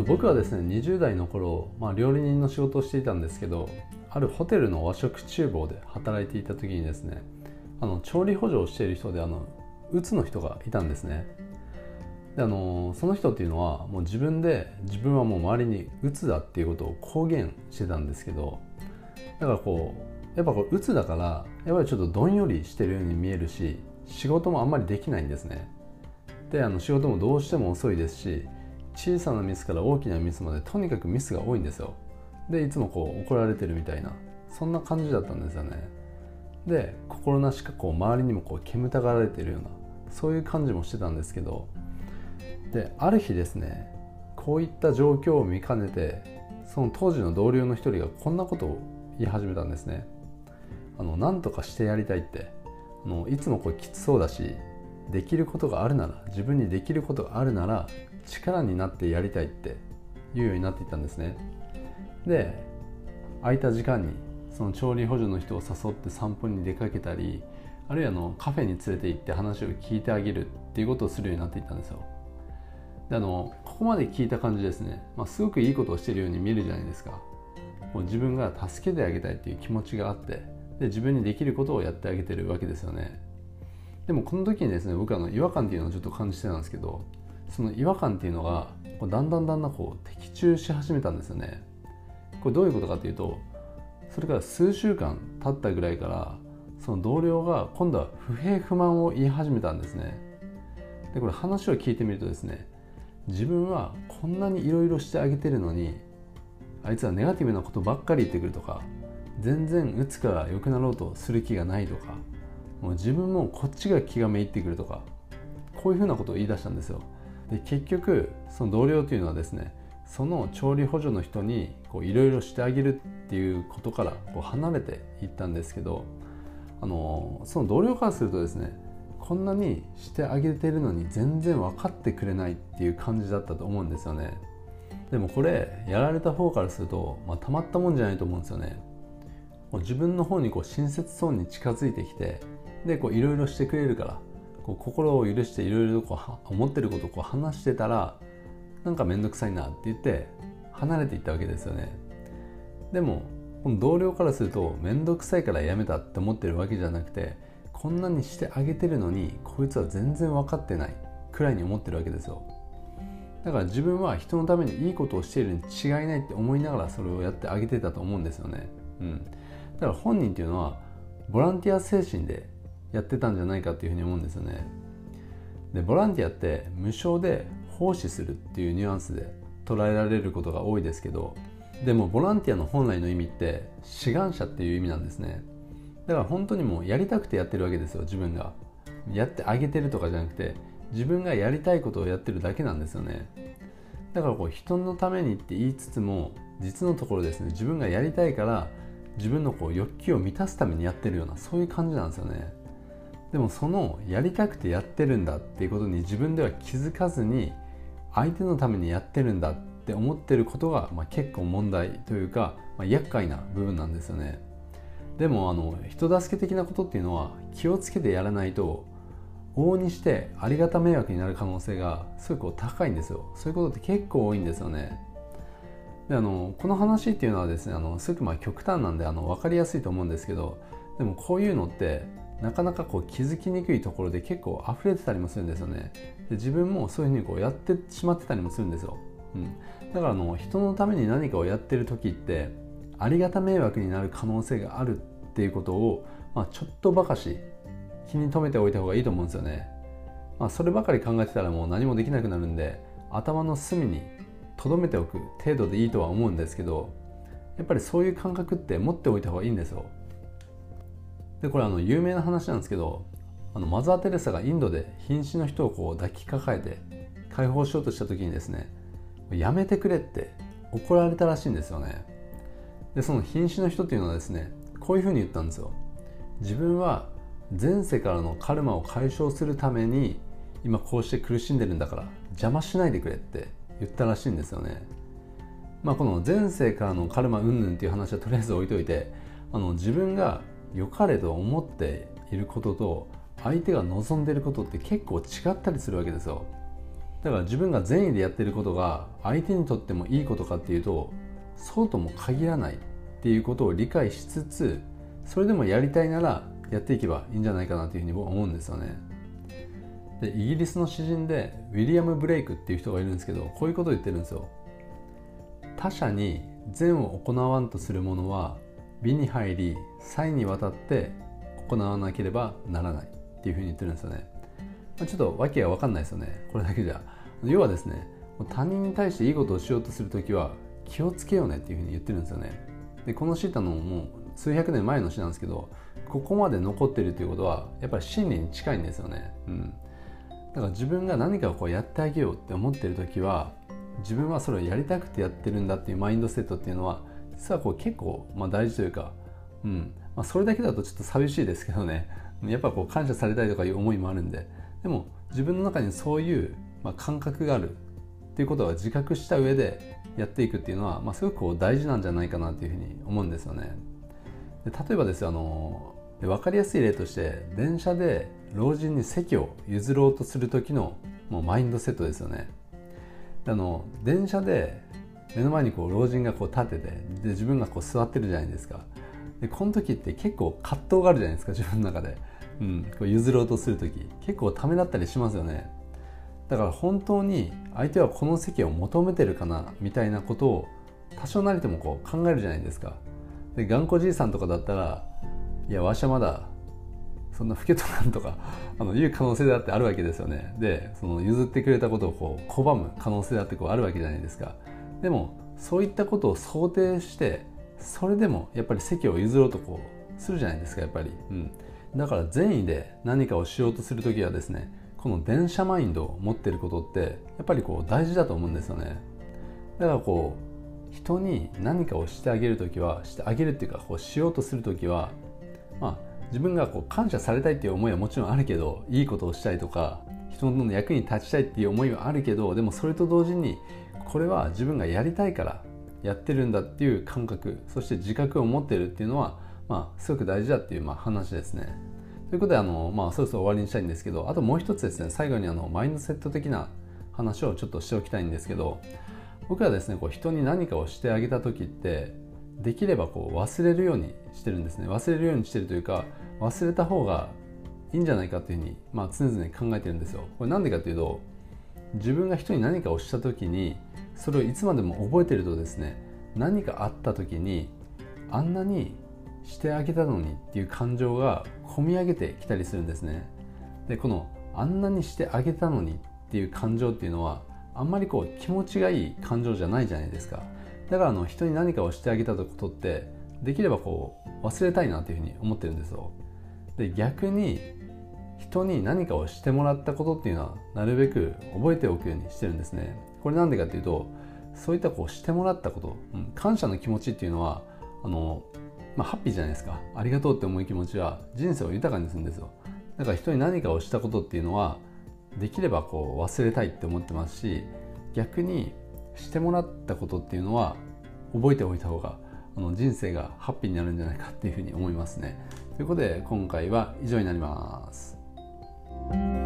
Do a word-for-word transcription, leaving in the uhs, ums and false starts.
と僕はですねにじゅう代の頃、まあ、料理人の仕事をしていたんですけど、あるホテルの和食厨房で働いていた時にですね、あの調理補助をしている人であのうつの人がいたんですね。であのその人っていうのはもう自分で自分はもう周りにうつだっていうことを公言してたんですけど、だからこうやっぱこううつだからやっぱりちょっとどんよりしてるように見えるし、仕事もあんまりできないんですね。であの仕事もどうしても遅いですし、小さなミスから大きなミスまでとにかくミスが多いんですよ。でいつもこう怒られてるみたいな、そんな感じだったんですよね。で心なしかこう周りにもこう煙たがられているような、そういう感じもしてたんですけど、である日ですね、こういった状況を見かねて、その当時の同僚の一人がこんなことを言い始めたんですね。あの何とかしてやりたいって、あのいつもこうきつそうだし、できることがあるなら、自分にできることがあるなら力になってやりたいって言うようになっていったんですね。で空いた時間にその調理補助の人を誘って散歩に出かけたり、あるいはあのカフェに連れて行って話を聞いてあげるっていうことをするようになっていったんですよ。であのここまで聞いた感じですね、まあ、すごくいいことをしているように見えるじゃないですか。もう自分が助けてあげたいっていう気持ちがあって、で自分にできることをやってあげてるわけですよね。でもこの時にですね、僕はあの違和感っていうのをちょっと感じてたんですけど、その違和感っていうのがこうだんだんだんだんこう的中し始めたんですよね。これどういうことかというと、それから数週間経ったぐらいから、その同僚が今度は不平不満を言い始めたんですね。でこれ話を聞いてみるとですね、自分はこんなにいろいろしてあげてるのに、あいつはネガティブなことばっかり言ってくるとか、全然うつから良くなろうとする気がないとか、もう自分もこっちが気がめいってくるとか、こういうふうなことを言い出したんですよ。で結局その同僚というのはですね、その調理補助の人にいろいろしてあげるっていうことからこう離れていったんですけど、あのその同僚からするとですね、こんなにしてあげてるのに全然分かってくれないっていう感じだったと思うんですよね。でもこれやられた方からすると、まあ、たまったもんじゃないと思うんですよね。もう自分の方にこう親切そうに近づいてきて、でこういろいろしてくれるから、こう心を許していろいろこう思ってることをこう話してたら、なんかめんどくさいなって言って離れていったわけですよね。でもこの同僚からすると、めんどくさいからやめたって思ってるわけじゃなくて、こんなにしてあげてるのにこいつは全然分かってないくらいに思ってるわけですよ。だから自分は人のためにいいことをしているに違いないって思いながらそれをやってあげてたと思うんですよね。うん、だから本人っていうのはボランティア精神でやってたんじゃないかっていうふうに思うんですよね。でボランティアって無償で奉仕するっていうニュアンスで捉えられることが多いですけど、でもボランティアの本来の意味って志願者っていう意味なんですね。だから本当にもうやりたくてやってるわけですよ。自分がやってあげてるとかじゃなくて、自分がやりたいことをやってるだけなんですよね。だからこう人のためにって言いつつも、実のところですね、自分がやりたいから自分のこう欲求を満たすためにやってるような、そういう感じなんですよね。でもそのやりたくてやってるんだっていうことに自分では気づかずに、相手のためにやってるんだって思ってることが、まあ、結構問題というか、まあ、厄介な部分なんですよね。でもあの人助け的なことっていうのは気をつけてやらないと、往々にしてありがた迷惑になる可能性がすごく高いんですよ。そういうことって結構多いんですよね。であのこの話っていうのはですね、あのすごくまあ極端なんであの分かりやすいと思うんですけど、でもこういうのってなかなかこう気づきにくいところで結構溢れてたりもするんですよね。で自分もそういうふうにこうやってしまってたりもするんですよ。うん、だからあの人のために何かをやってる時ってありがた迷惑になる可能性があるっていうことを、まあ、ちょっとばかし気に留めておいた方がいいと思うんですよね。まあ、そればかり考えてたらもう何もできなくなるんで、頭の隅に留めておく程度でいいとは思うんですけど、やっぱりそういう感覚って持っておいた方がいいんですよ。でこれあの有名な話なんですけど、あのマザー・テレサがインドで瀕死の人をこう抱きかかえて解放しようとした時にですね、やめてくれって怒られたらしいんですよね。でその瀕死の人っていうのはですね、こういうふうに言ったんですよ。自分は前世からのカルマを解消するために今こうして苦しんでるんだから邪魔しないでくれって言ったらしいんですよね。まあこの前世からのカルマ云々っていう話はとりあえず置いといて、あの自分が良かれと思っていることと相手が望んでいることって結構違ったりするわけですよ。 だから自分が善意でやってることが相手にとってもいいことかっていうと、そうとも限らないっていうことを理解しつつ、それでもやりたいならやっていけばいいんじゃないかなというふうに思うんですよね。でイギリスの詩人でウィリアム・ブレイクっていう人がいるんですけど、こういうことを言ってるんですよ。他者に善を行わんとする者は美に入り才にわたって行わなければならないっていうふうに言ってるんですよね。ちょっと訳が分かんないですよね、これだけじゃ。要はですね、他人に対していいことをしようとするときは気をつけようねっていうふうに言ってるんですよね。でこの詩ってのもう数百年前の詩なんですけど、ここまで残ってるということはやっぱり真理に近いんですよね。うん、だから自分が何かをこうやってあげようって思ってるときは、自分はそれをやりたくてやってるんだっていうマインドセットっていうのは実はこう結構まあ大事というか、うんまあ、それだけだとちょっと寂しいですけどね、やっぱこう感謝されたいとかいう思いもあるんで、でも自分の中にそういうまあ感覚があるっていうことは自覚した上でやっていくっていうのは、まあ、すごくこう大事なんじゃないかなっていうふうに思うんですよね。で例えばですよ、あので分かりやすい例として、電車で老人に席を譲ろうとする時のもうマインドセットですよね。あの電車で目の前にこう老人がこう立ってて、で自分がこう座ってるじゃないですか。でこの時って結構葛藤があるじゃないですか、自分の中で、うん、こう譲ろうとする時結構ためらったりしますよね。だから本当に相手はこの席を求めてるかなみたいなことを多少なりともこう考えるじゃないですか。で頑固じいさんとかだったら、いやわしはまだそんな老けとらんとかあの言う可能性だってあるわけですよね。でその譲ってくれたことをこう拒む可能性だってこうあるわけじゃないですか。でもそういったことを想定して、それでもやっぱり席を譲ろうとこうするじゃないですか、やっぱり、うん、だから善意で何かをしようとするときはですね、この電車マインドを持っていることってやっぱりこう大事だと思うんですよね。だからこう人に何かをしてあげるときは、してあげるっていうかこうしようとするときは、まあ自分がこう感謝されたいっていう思いはもちろんあるけど、いいことをしたいとか人の役に立ちたいっていう思いはあるけど、でもそれと同時にこれは自分がやりたいからやってるんだっていう感覚、そして自覚を持ってるっていうのは、まあ、すごく大事だっていうまあ話ですね。ということであの、まあ、そろそろ終わりにしたいんですけど、あともう一つですね、最後にあのマインドセット的な話をちょっとしておきたいんですけど、僕はですねこう人に何かをしてあげた時ってできればこう忘れるようにしてるんですね。忘れるようにしてるというか、忘れた方がいいんじゃないかっていうふうに、まあ、常々考えてるんですよ。これなんでかというと、自分が人に何かをした時にそれをいつまでも覚えてるとですね、何かあった時にあんなにしてあげたのにっていう感情が込み上げてきたりするんですね。でこのあんなにしてあげたのにっていう感情っていうのはあんまりこう気持ちがいい感情じゃないじゃないですか。だからあの人に何かをしてあげたことってできればこう忘れたいなというふうに思ってるんですよ。で逆に人に何かをしてもらったことっていうのはなるべく覚えておくようにしてるんですね。これなんでかっていうと、そういったこうしてもらったこと、うん、感謝の気持ちっていうのはあの、まあ、ハッピーじゃないですか。ありがとうって思う気持ちは人生を豊かにするんですよ。だから人に何かをしたことっていうのはできればこう忘れたいって思ってますし、逆にしてもらったことっていうのは覚えておいた方があの人生がハッピーになるんじゃないかっていうふうに思いますね。ということで今回は以上になります。